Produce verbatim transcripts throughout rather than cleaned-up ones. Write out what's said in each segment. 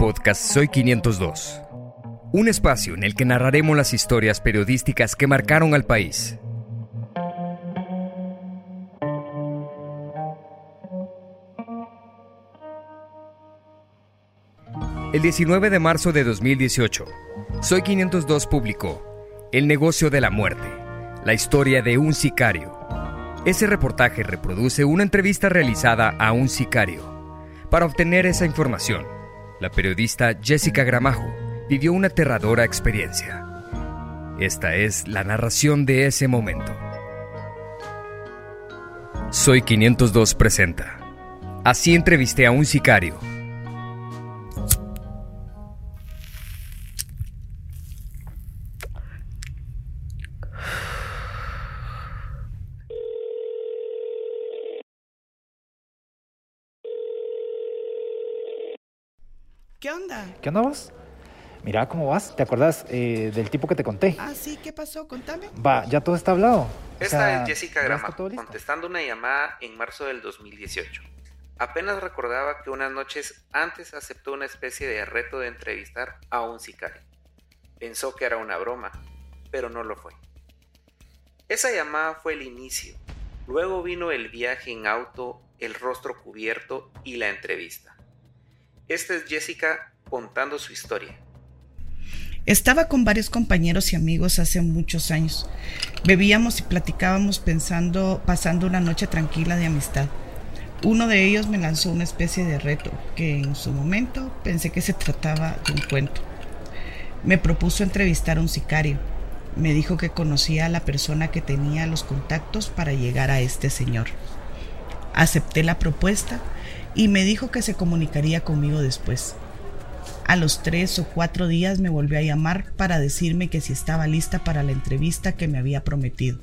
podcast Soy quinientos dos, un espacio en el que narraremos las historias periodísticas que marcaron al país. El diecinueve de marzo de dos mil dieciocho, Soy quinientos dos publicó El negocio de la muerte, la historia de un sicario. Ese reportaje reproduce una entrevista realizada a un sicario. Para obtener esa información, la periodista Jessica Gramajo vivió una aterradora experiencia. Esta es la narración de ese momento. Soy quinientos dos presenta. Así entrevisté a un sicario. ¿Qué onda? ¿Qué onda vos? Mira cómo vas. ¿Te acuerdas eh, del tipo que te conté? Ah, sí, ¿qué pasó? Contame. Va, ya todo está hablado. Esta O sea, es Jessica ¿ya Grama, está todo listo? contestando una llamada en marzo del dos mil dieciocho. Apenas recordaba que unas noches antes aceptó una especie de reto de entrevistar a un sicario. Pensó que era una broma, pero no lo fue. Esa llamada fue el inicio. Luego vino el viaje en auto, el rostro cubierto y la entrevista. Esta es Jessica contando su historia. Estaba con varios compañeros y amigos hace muchos años. Bebíamos y platicábamos pensando, pasando una noche tranquila de amistad. Uno de ellos me lanzó una especie de reto que en su momento pensé que se trataba de un cuento. Me propuso entrevistar a un sicario. Me dijo que conocía a la persona que tenía los contactos para llegar a este señor. Acepté la propuesta y me dijo que se comunicaría conmigo después. A los tres o cuatro días me volvió a llamar para decirme que si estaba lista para la entrevista que me había prometido.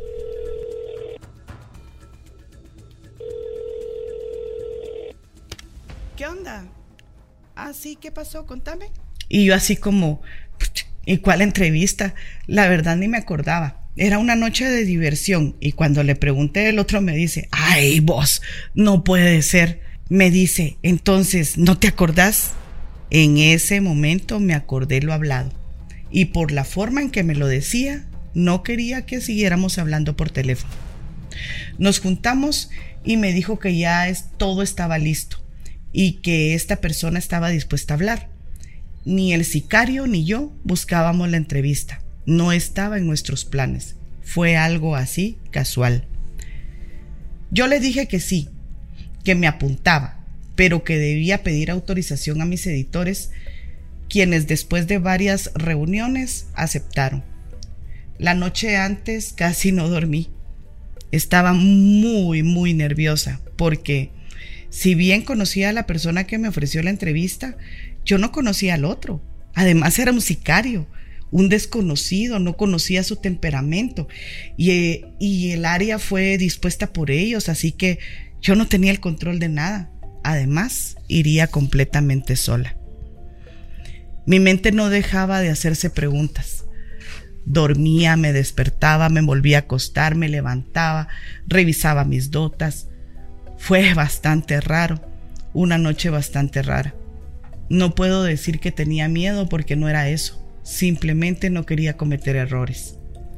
¿Qué onda? Ah, sí, ¿qué pasó? Contame. Y yo así como, ¿y cuál entrevista? La verdad ni me acordaba. Era una noche de diversión y cuando le pregunté, el otro me dice, ¡ay, vos! No puede ser. Me dice, entonces, ¿no te acordás? En ese momento me acordé lo hablado y por la forma en que me lo decía, no quería que siguiéramos hablando por teléfono. Nos juntamos y me dijo que ya es, todo estaba listo y que esta persona estaba dispuesta a hablar. Ni el sicario ni yo buscábamos la entrevista, no estaba en nuestros planes, fue algo así casual. Yo le dije que sí, que me apuntaba, pero que debía pedir autorización a mis editores, quienes después de varias reuniones aceptaron. La noche antes casi no dormí. Estaba muy, muy nerviosa, porque si bien conocía a la persona que me ofreció la entrevista, yo no conocía al otro. Además era un sicario, un desconocido, no conocía su temperamento y, y el área fue dispuesta por ellos, así que yo no tenía el control de nada. Además, iría completamente sola. Mi mente no dejaba de hacerse preguntas. Dormía, me despertaba, me volvía a acostar, me levantaba, revisaba mis notas. Fue bastante raro, una noche bastante rara. No puedo decir que tenía miedo porque no era eso. Simplemente no quería cometer errores.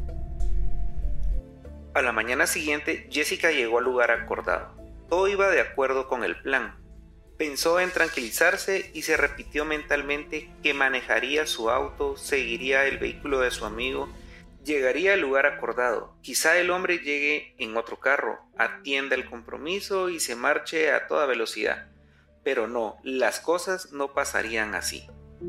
A la mañana siguiente, Jessica llegó al lugar acordado. Todo iba de acuerdo con el plan. Pensó en tranquilizarse y se repitió mentalmente que manejaría su auto, seguiría el vehículo de su amigo, llegaría al lugar acordado. Quizá el hombre llegue en otro carro, atienda el compromiso y se marche a toda velocidad. Pero no, las cosas no pasarían así.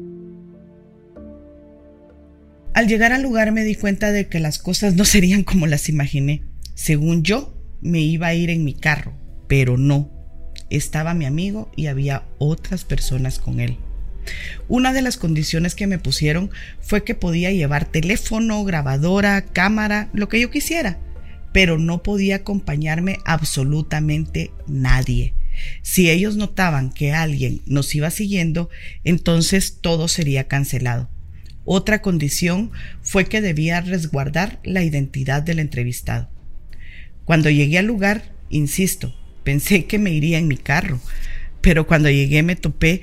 Al llegar al lugar me di cuenta de que las cosas no serían como las imaginé. Según yo, me iba a ir en mi carro, pero no. Estaba mi amigo y había otras personas con él. Una de las condiciones que me pusieron fue que podía llevar teléfono, grabadora, cámara, lo que yo quisiera, pero no podía acompañarme absolutamente nadie. Si ellos notaban que alguien nos iba siguiendo, entonces todo sería cancelado. Otra condición fue que debía resguardar la identidad del entrevistado. Cuando llegué al lugar, insisto, pensé que me iría en mi carro, pero cuando llegué me topé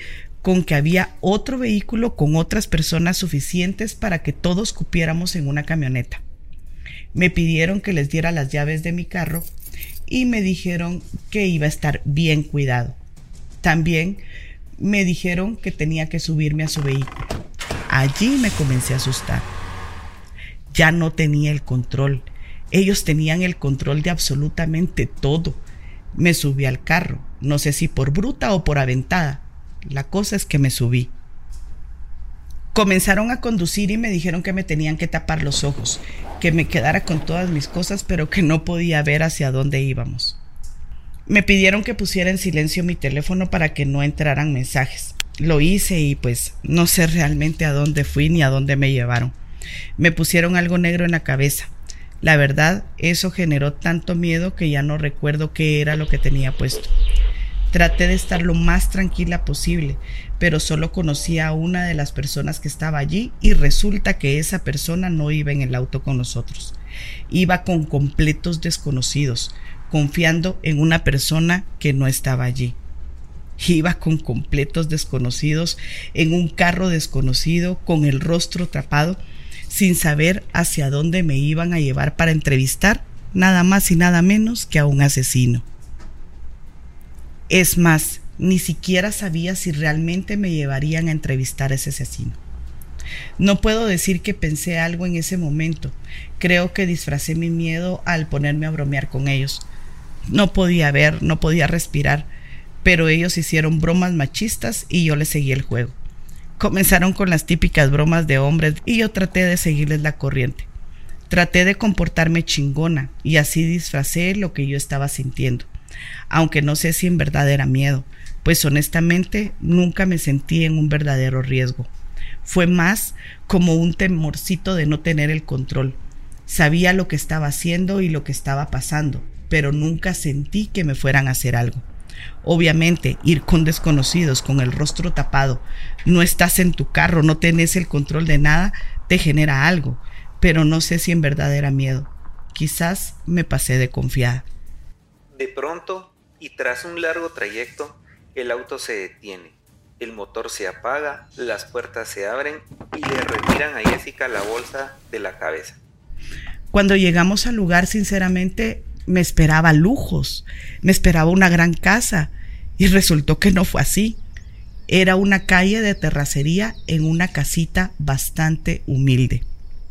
con que había otro vehículo con otras personas suficientes para que todos cupiéramos en una camioneta. Me pidieron que les diera las llaves de mi carro y me dijeron que iba a estar bien cuidado. También me dijeron que tenía que subirme a su vehículo. Allí me comencé a asustar. Ya no tenía el control. Ellos tenían el control de absolutamente todo. Me subí al carro, no sé si por bruta o por aventada. La cosa es que me subí. Comenzaron a conducir y me dijeron que me tenían que tapar los ojos, que me quedara con todas mis cosas, pero que no podía ver hacia dónde íbamos. Me pidieron que pusiera en silencio mi teléfono para que no entraran mensajes. Lo hice y pues no sé realmente a dónde fui ni a dónde me llevaron. Me pusieron algo negro en la cabeza. La verdad, eso generó tanto miedo que ya no recuerdo qué era lo que tenía puesto. Traté de estar lo más tranquila posible, pero solo conocía a una de las personas que estaba allí y resulta que esa persona no iba en el auto con nosotros. Iba con completos desconocidos, confiando en una persona que no estaba allí. Iba con completos desconocidos en un carro desconocido, con el rostro tapado, sin saber hacia dónde me iban a llevar para entrevistar nada más y nada menos que a un asesino. Es más, ni siquiera sabía si realmente me llevarían a entrevistar a ese asesino. No puedo decir que pensé algo en ese momento. Creo que disfracé mi miedo al ponerme a bromear con ellos. No podía ver, no podía respirar, pero ellos hicieron bromas machistas y yo les seguí el juego. Comenzaron con las típicas bromas de hombres y yo traté de seguirles la corriente. Traté de comportarme chingona y así disfracé lo que yo estaba sintiendo. Aunque no sé si en verdad era miedo, pues honestamente nunca me sentí en un verdadero riesgo. Fue más como un temorcito de no tener el control. Sabía lo que estaba haciendo y lo que estaba pasando, pero nunca sentí que me fueran a hacer algo. Obviamente, ir con desconocidos, con el rostro tapado, no estás en tu carro, no tenés el control de nada, te genera algo, pero no sé si en verdad era miedo. Quizás me pasé de confiada. De pronto, y tras un largo trayecto, el auto se detiene, el motor se apaga, las puertas se abren y le retiran a Jessica la bolsa de la cabeza. Cuando llegamos al lugar, sinceramente, me esperaba lujos, me esperaba una gran casa y resultó que no fue así. Era una calle de terracería en una casita bastante humilde.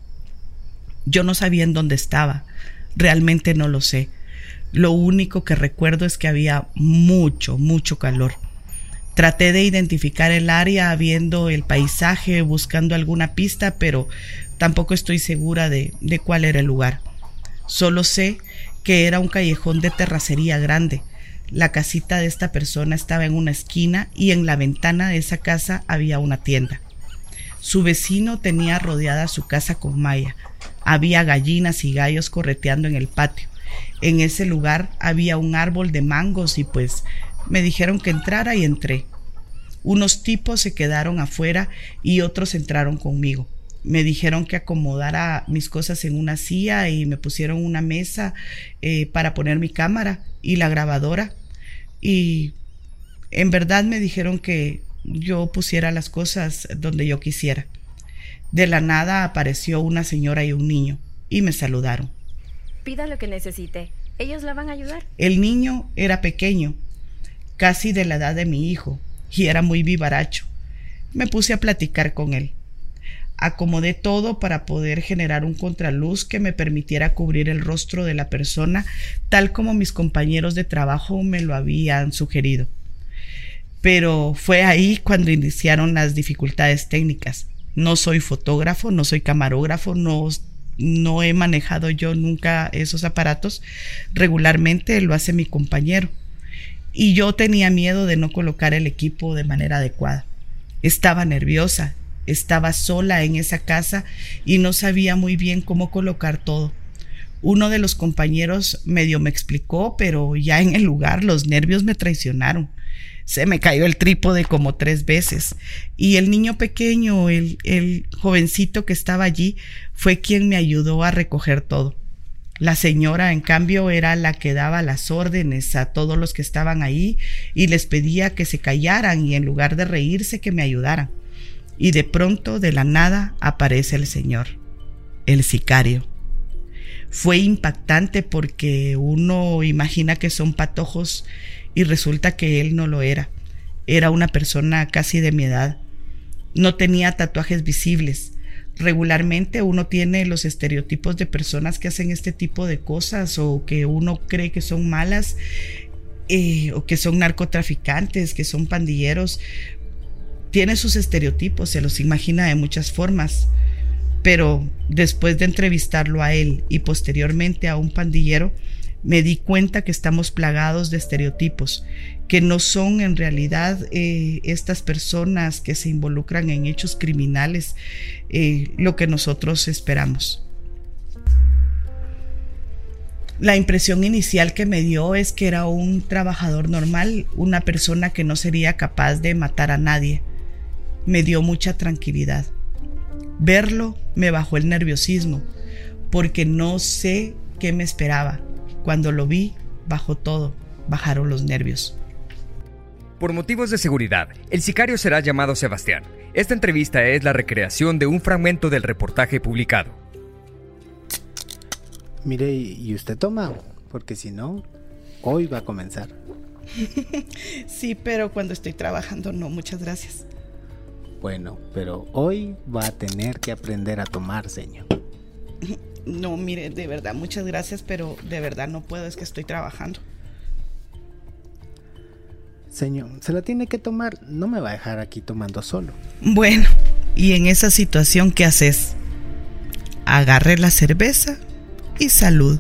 Yo no sabía en dónde estaba, realmente no lo sé. Lo único que recuerdo es que había mucho, mucho calor. Traté de identificar el área viendo el paisaje, buscando alguna pista, pero tampoco estoy segura de, de cuál era el lugar. Solo sé que era un callejón de terracería grande. La casita de esta persona estaba en una esquina y en la ventana de esa casa había una tienda. Su vecino tenía rodeada su casa con malla. Había gallinas y gallos correteando en el patio. En ese lugar había un árbol de mangos y pues me dijeron que entrara y entré. Unos tipos se quedaron afuera y otros entraron conmigo. Me dijeron que acomodara mis cosas en una silla y me pusieron una mesa eh, para poner mi cámara y la grabadora. Y en verdad me dijeron que yo pusiera las cosas donde yo quisiera. De la nada apareció una señora y un niño y me saludaron. Pida lo que necesite. Ellos la van a ayudar. El niño era pequeño, casi de la edad de mi hijo, y era muy vivaracho. Me puse a platicar con él. Acomodé todo para poder generar un contraluz que me permitiera cubrir el rostro de la persona, tal como mis compañeros de trabajo me lo habían sugerido. Pero fue ahí cuando iniciaron las dificultades técnicas. No soy fotógrafo, no soy camarógrafo, no No he manejado yo nunca esos aparatos. Regularmente lo hace mi compañero. Y yo tenía miedo de no colocar el equipo de manera adecuada. Estaba nerviosa, estaba sola en esa casa y no sabía muy bien cómo colocar todo. Uno de los compañeros medio me explicó, pero ya en el lugar los nervios me traicionaron. Se me cayó el trípode como tres veces y el niño pequeño, el, el jovencito que estaba allí, fue quien me ayudó a recoger todo. La señora, en cambio, era la que daba las órdenes a todos los que estaban ahí y les pedía que se callaran y en lugar de reírse que me ayudaran. Y de pronto, de la nada, aparece el señor, el sicario. Fue impactante porque uno imagina que son patojos y resulta que él no lo era. Era una persona casi de mi edad. No tenía tatuajes visibles. Regularmente uno tiene los estereotipos de personas que hacen este tipo de cosas o que uno cree que son malas eh, o que son narcotraficantes, que son pandilleros. Tiene sus estereotipos, se los imagina de muchas formas. Pero después de entrevistarlo a él y posteriormente a un pandillero, me di cuenta que estamos plagados de estereotipos, que no son en realidad eh, estas personas que se involucran en hechos criminales eh, lo que nosotros esperamos. La impresión inicial que me dio es que era un trabajador normal, una persona que no sería capaz de matar a nadie. Me dio mucha tranquilidad. Verlo me bajó el nerviosismo, porque no sé qué me esperaba. Cuando lo vi, bajó todo, bajaron los nervios. Por motivos de seguridad, el sicario será llamado Sebastián. Esta entrevista es la recreación de un fragmento del reportaje publicado. Mire, ¿y usted toma? Porque si no, hoy va a comenzar. Sí, pero cuando estoy trabajando no, muchas gracias. Bueno, pero hoy va a tener que aprender a tomar, señor. No, mire, de verdad, muchas gracias, pero de verdad no puedo, es que estoy trabajando. Señor, se la tiene que tomar, no me va a dejar aquí tomando solo. Bueno, y en esa situación, ¿qué haces? Agarre la cerveza y salud.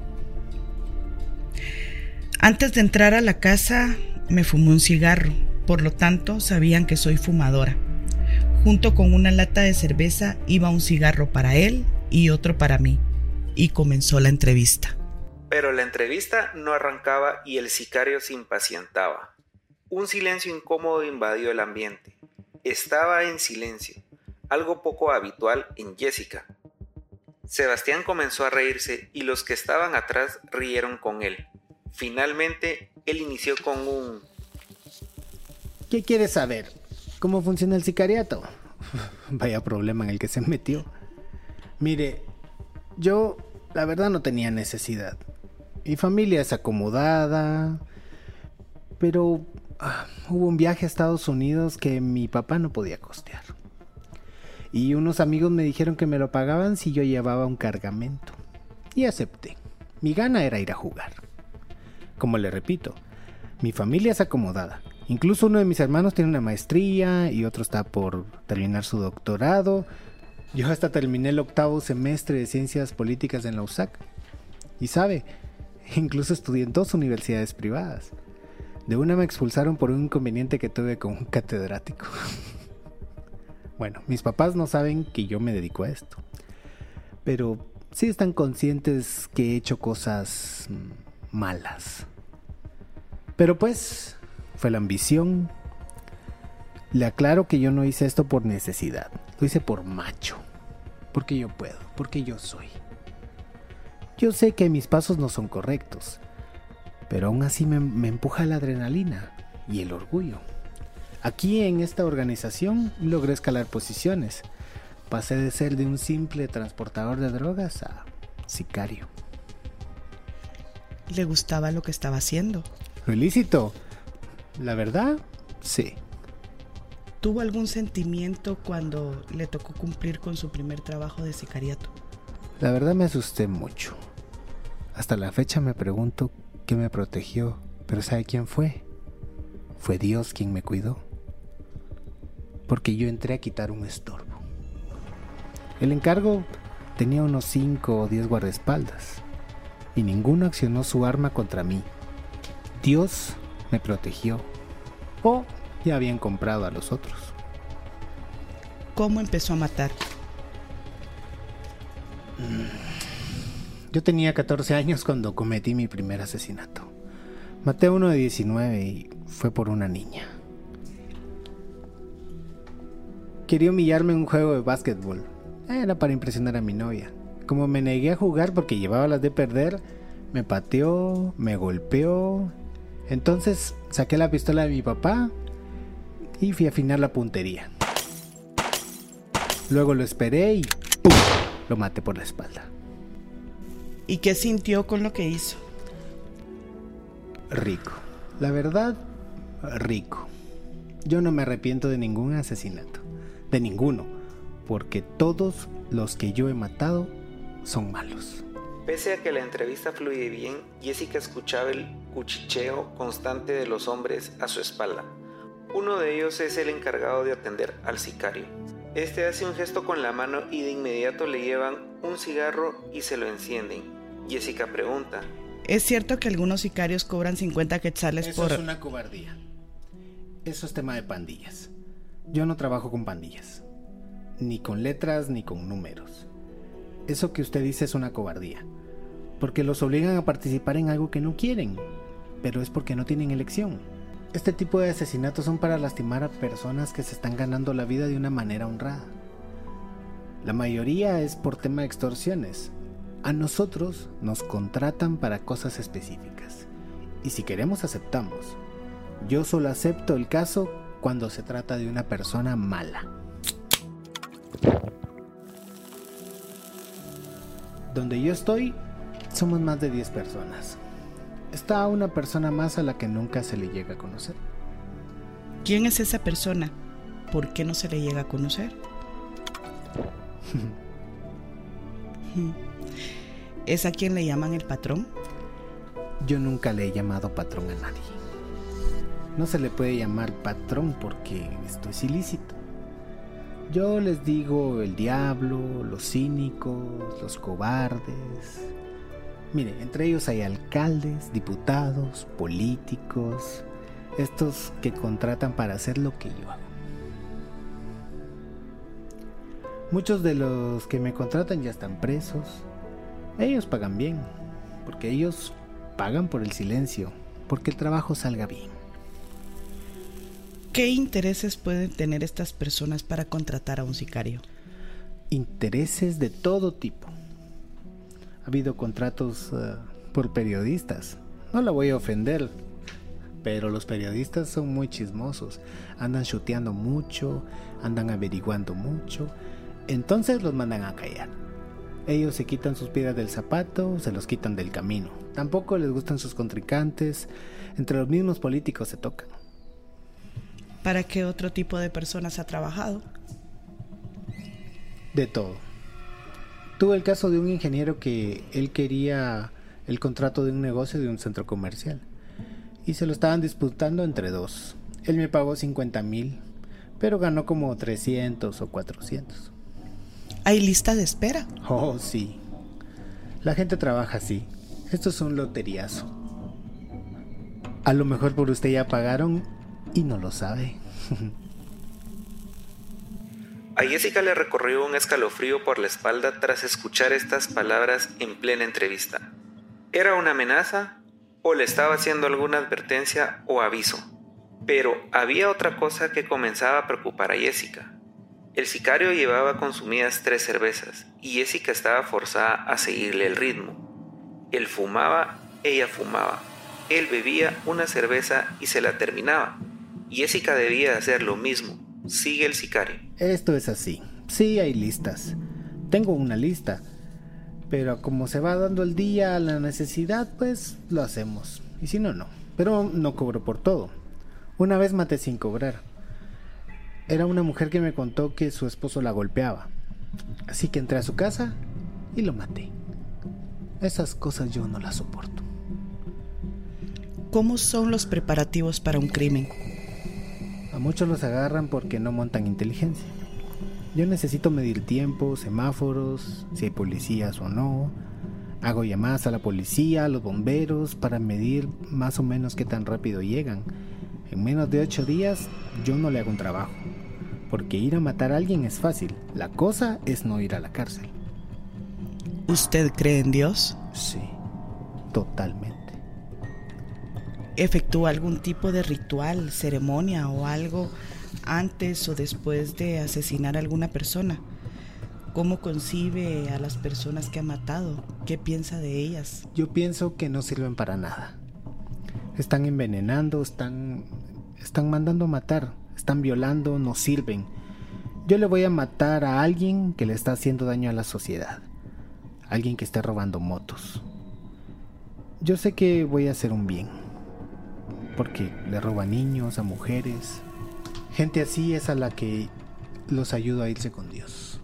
Antes de entrar a la casa, me fumé un cigarro, por lo tanto, sabían que soy fumadora. Junto con una lata de cerveza iba un cigarro para él y otro para mí, y comenzó la entrevista. Pero la entrevista no arrancaba y el sicario se impacientaba. Un silencio incómodo invadió el ambiente. Estaba en silencio, algo poco habitual en Jessica. Sebastián comenzó a reírse y los que estaban atrás rieron con él. Finalmente, él inició con un... ¿Qué quieres saber? ¿Cómo funciona el sicariato? Vaya problema en el que se metió. Mire, yo la verdad no tenía necesidad. Mi familia es acomodada, pero ah, hubo un viaje a Estados Unidos que mi papá no podía costear. Y unos amigos me dijeron que me lo pagaban si yo llevaba un cargamento. Y acepté. Mi gana era ir a jugar. Como le repito, mi familia es acomodada. Incluso uno de mis hermanos tiene una maestría y otro está por terminar su doctorado. Yo hasta terminé el octavo semestre de Ciencias Políticas en la U S A C. Y sabe, incluso estudié en dos universidades privadas. De una me expulsaron por un inconveniente que tuve con un catedrático. Bueno, mis papás no saben que yo me dedico a esto. Pero sí están conscientes que he hecho cosas malas. Pero pues... fue la ambición. Le aclaro que yo no hice esto por necesidad. Lo hice por macho. Porque yo puedo, porque yo soy. Yo sé que mis pasos no son correctos, pero aún así me, me empuja la adrenalina y el orgullo. Aquí en esta organización logré escalar posiciones. Pasé de ser de un simple transportador de drogas a sicario. ¿Le gustaba lo que estaba haciendo? ¿Lo ilícito? La verdad, sí. ¿Tuvo algún sentimiento cuando le tocó cumplir con su primer trabajo de sicariato? La verdad me asusté mucho. Hasta la fecha me pregunto qué me protegió, pero ¿sabe quién fue? Fue Dios quien me cuidó. Porque yo entré a quitar un estorbo. El encargo tenía unos cinco o diez guardaespaldas y ninguno accionó su arma contra mí. Dios me protegió, o ya habían comprado a los otros. ¿Cómo empezó a matar? Yo tenía catorce años cuando cometí mi primer asesinato. Maté a uno de diecinueve y fue por una niña. Quería humillarme en un juego de básquetbol. Era para impresionar a mi novia. Como me negué a jugar porque llevaba las de perder, me pateó, me golpeó. Entonces saqué la pistola de mi papá y fui a afinar la puntería. Luego lo esperé y ¡pum!, lo maté por la espalda. ¿Y qué sintió con lo que hizo? Rico. La verdad, rico. Yo no me arrepiento de ningún asesinato. De ninguno. Porque todos los que yo he matado son malos. Pese a que la entrevista fluye bien, Jessica escuchaba el cuchicheo constante de los hombres a su espalda. Uno de ellos es el encargado de atender al sicario. Este hace un gesto con la mano y de inmediato le llevan un cigarro y se lo encienden. Jessica pregunta: ¿es cierto que algunos sicarios cobran cincuenta quetzales Eso por...? Eso es una cobardía. Eso es tema de pandillas. Yo no trabajo con pandillas. Ni con letras ni con números. Eso que usted dice es una cobardía. Porque los obligan a participar en algo que no quieren. Pero es porque no tienen elección. Este tipo de asesinatos son para lastimar a personas que se están ganando la vida de una manera honrada. La mayoría es por tema de extorsiones. A nosotros nos contratan para cosas específicas. Y si queremos aceptamos. Yo solo acepto el caso cuando se trata de una persona mala. Donde yo estoy, somos más de diez personas. Está una persona más a la que nunca se le llega a conocer. ¿Quién es esa persona? ¿Por qué no se le llega a conocer? ¿Es a quien le llaman el patrón? Yo nunca le he llamado patrón a nadie. No se le puede llamar patrón porque esto es ilícito. Yo les digo el diablo, los cínicos, los cobardes. Mire, entre ellos hay alcaldes, diputados, políticos, estos que contratan para hacer lo que yo hago. Muchos de los que me contratan ya están presos. Ellos pagan bien, porque ellos pagan por el silencio, porque el trabajo salga bien. ¿Qué intereses pueden tener estas personas para contratar a un sicario? Intereses de todo tipo. Ha habido contratos uh, por periodistas. No la voy a ofender, pero los periodistas son muy chismosos. Andan chuteando mucho, andan averiguando mucho. Entonces los mandan a callar. Ellos se quitan sus piedras del zapato, se los quitan del camino. Tampoco les gustan sus contrincantes. Entre los mismos políticos se tocan. ¿Para qué otro tipo de personas ha trabajado? De todo. Tuve el caso de un ingeniero que él quería el contrato de un negocio de un centro comercial y se lo estaban disputando entre dos. Él me pagó cincuenta mil, pero ganó como trescientos o cuatrocientos. ¿Hay lista de espera? Oh, sí. La gente trabaja así. Esto es un loteriazo. A lo mejor por usted ya pagaron y no lo sabe. A Jessica le recorrió un escalofrío por la espalda tras escuchar estas palabras en plena entrevista. ¿Era una amenaza o le estaba haciendo alguna advertencia o aviso? Pero había otra cosa que comenzaba a preocupar a Jessica. El sicario llevaba consumidas tres cervezas y Jessica estaba forzada a seguirle el ritmo. Él fumaba, ella fumaba. Él bebía una cerveza y se la terminaba. Jessica debía hacer lo mismo. Sigue el sicario. Esto es así. Sí hay listas. Tengo una lista. Pero como se va dando el día, la necesidad, pues lo hacemos. Y si no, no. Pero no cobro por todo. Una vez maté sin cobrar. Era una mujer que me contó que su esposo la golpeaba. Así que entré a su casa y lo maté. Esas cosas yo no las soporto. ¿Cómo son los preparativos para un crimen? A muchos los agarran porque no montan inteligencia. Yo necesito medir tiempo, semáforos, si hay policías o no. Hago llamadas a la policía, a los bomberos, para medir más o menos qué tan rápido llegan. En menos de ocho días yo no le hago un trabajo. Porque ir a matar a alguien es fácil. La cosa es no ir a la cárcel. ¿Usted cree en Dios? Sí, totalmente. ¿Efectúa algún tipo de ritual, ceremonia o algo antes o después de asesinar a alguna persona? ¿Cómo concibe a las personas que ha matado? ¿Qué piensa de ellas? Yo pienso que no sirven para nada. Están envenenando, están, están mandando matar, están violando, no sirven. Yo le voy a matar a alguien que le está haciendo daño a la sociedad. Alguien que esté robando motos. Yo sé que voy a hacer un bien. Porque le roba a niños, a mujeres. Gente así es a la que los ayudo a irse con Dios.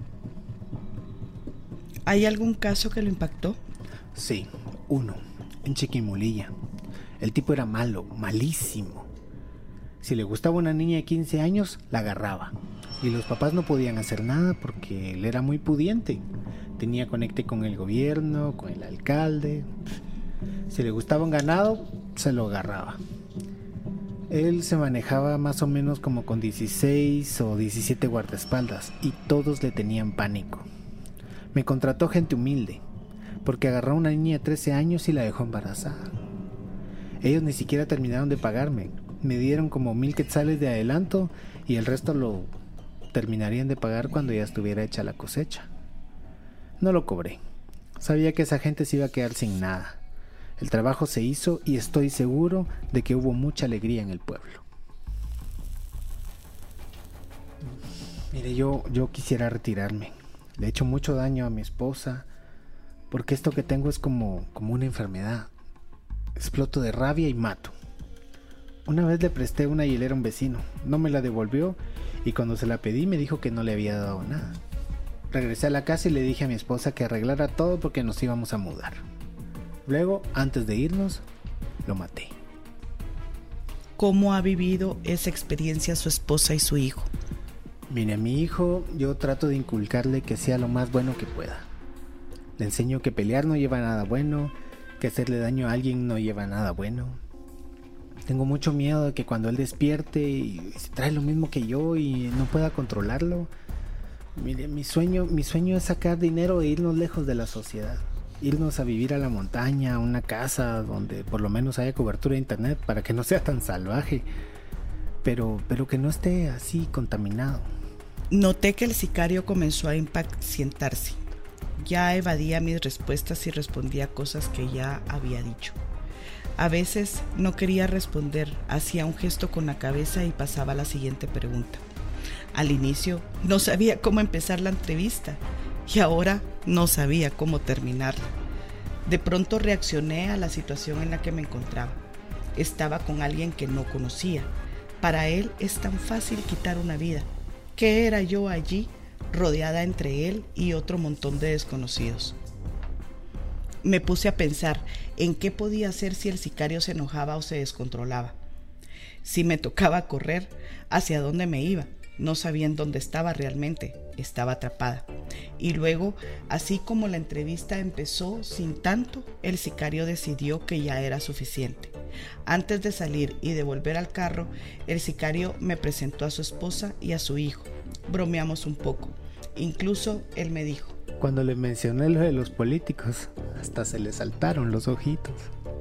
¿Hay algún caso que lo impactó? Sí, uno, en Chiquimulilla. El tipo era malo, malísimo. Si le gustaba una niña de quince años, la agarraba. Y los papás no podían hacer nada porque él era muy pudiente. Tenía conecte con el gobierno, con el alcalde. Si le gustaba un ganado, se lo agarraba. Él se manejaba más o menos como con dieciséis o diecisiete guardaespaldas y todos le tenían pánico. Me contrató gente humilde, porque agarró a una niña de trece años y la dejó embarazada. Ellos ni siquiera terminaron de pagarme. Me dieron como mil quetzales de adelanto y el resto lo terminarían de pagar cuando ya estuviera hecha la cosecha. No lo cobré. Sabía que esa gente se iba a quedar sin nada. El trabajo se hizo y estoy seguro de que hubo mucha alegría en el pueblo. Mire, yo, yo quisiera retirarme. Le he hecho mucho daño a mi esposa, porque esto que tengo es como, como una enfermedad. Exploto de rabia y mato. Una vez le presté una hielera a un vecino, no me la devolvió y cuando se la pedí me dijo que no le había dado nada. Regresé a la casa y le dije a mi esposa que arreglara todo porque nos íbamos a mudar. Luego, antes de irnos, lo maté. ¿Cómo ha vivido esa experiencia su esposa y su hijo? Mire, a mi hijo yo trato de inculcarle que sea lo más bueno que pueda. Le enseño que pelear no lleva a nada bueno, que hacerle daño a alguien no lleva a nada bueno. Tengo mucho miedo de que cuando él despierte y se trae lo mismo que yo y no pueda controlarlo. Mire, mi sueño, mi sueño es sacar dinero e irnos lejos de la sociedad. Irnos a vivir a la montaña, a una casa donde por lo menos haya cobertura de internet para que no sea tan salvaje, pero, pero que no esté así contaminado. Noté que el sicario comenzó a impacientarse. Ya evadía mis respuestas y respondía cosas que ya había dicho. A veces no quería responder, hacía un gesto con la cabeza y pasaba a la siguiente pregunta. Al inicio no sabía cómo empezar la entrevista y ahora no sabía cómo terminarla. De pronto reaccioné a la situación en la que me encontraba. Estaba con alguien que no conocía. Para él es tan fácil quitar una vida. ¿Qué era yo allí, rodeada entre él y otro montón de desconocidos? Me puse a pensar en qué podía hacer si el sicario se enojaba o se descontrolaba. Si me tocaba correr, ¿hacia dónde me iba? No sabía en dónde estaba realmente, estaba atrapada. Y luego, así como la entrevista empezó sin tanto, el sicario decidió que ya era suficiente. Antes de salir y de volver al carro, el sicario me presentó a su esposa y a su hijo. Bromeamos un poco. Incluso él me dijo: cuando le mencioné lo de los políticos, hasta se le saltaron los ojitos.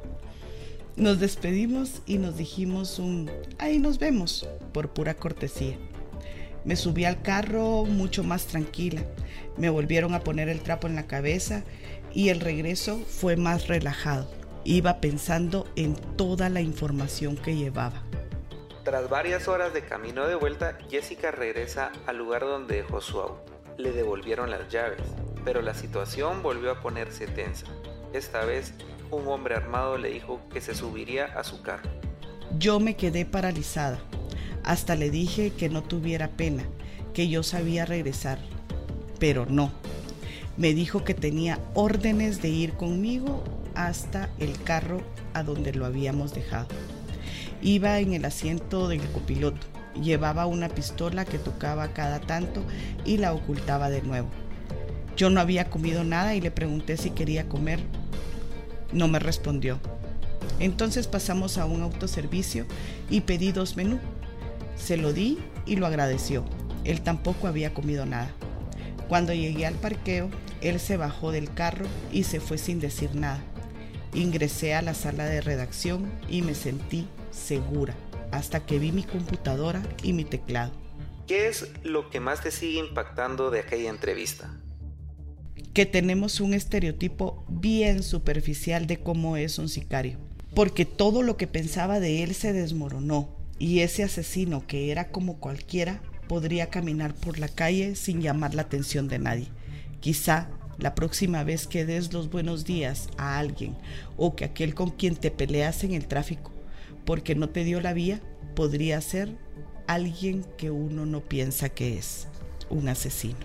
Nos despedimos y nos dijimos un "ahí nos vemos" por pura cortesía. Me subí al carro mucho más tranquila. Me volvieron a poner el trapo en la cabeza y el regreso fue más relajado. Iba pensando en toda la información que llevaba. Tras varias horas de camino de vuelta, Jessica regresa al lugar donde dejó su auto. Le devolvieron las llaves, pero la situación volvió a ponerse tensa. Esta vez, un hombre armado le dijo que se subiría a su carro. Yo me quedé paralizada. Hasta le dije que no tuviera pena, que yo sabía regresar. Pero no. Me dijo que tenía órdenes de ir conmigo hasta el carro a donde lo habíamos dejado. Iba en el asiento del copiloto. Llevaba una pistola que tocaba cada tanto y la ocultaba de nuevo. Yo no había comido nada y le pregunté si quería comer. No me respondió. Entonces pasamos a un autoservicio y pedí dos menús. Se lo di y lo agradeció. Él tampoco había comido nada. Cuando llegué al parqueo, él se bajó del carro y se fue sin decir nada. Ingresé a la sala de redacción y me sentí segura hasta que vi mi computadora y mi teclado. ¿Qué es lo que más te sigue impactando de aquella entrevista? Que tenemos un estereotipo bien superficial de cómo es un sicario, porque todo lo que pensaba de él se desmoronó y ese asesino, que era como cualquiera, podría caminar por la calle sin llamar la atención de nadie. Quizá la próxima vez que des los buenos días a alguien o que aquel con quien te peleas en el tráfico porque no te dio la vía, podría ser alguien que uno no piensa que es un asesino.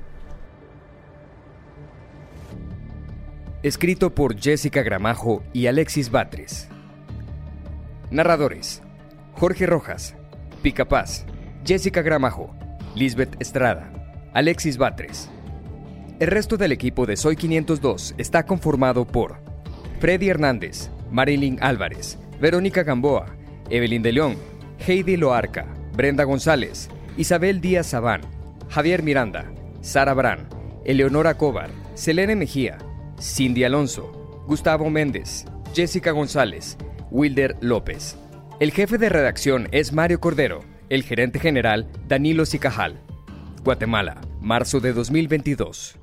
Escrito por Jessica Gramajo y Alexis Batres. Narradores: Jorge Rojas, Pica Paz, Jessica Gramajo, Lisbeth Estrada, Alexis Batres. El resto del equipo de Soy quinientos dos está conformado por Freddy Hernández, Marilyn Álvarez, Verónica Gamboa, Evelyn de León, Heidi Loarca, Brenda González, Isabel Díaz Sabán, Javier Miranda, Sara Brán, Eleonora Cobar, Selene Mejía, Cindy Alonso, Gustavo Méndez, Jessica González, Wilder López. El jefe de redacción es Mario Cordero, el gerente general Danilo Sicajal. Guatemala, marzo de dos mil veintidós.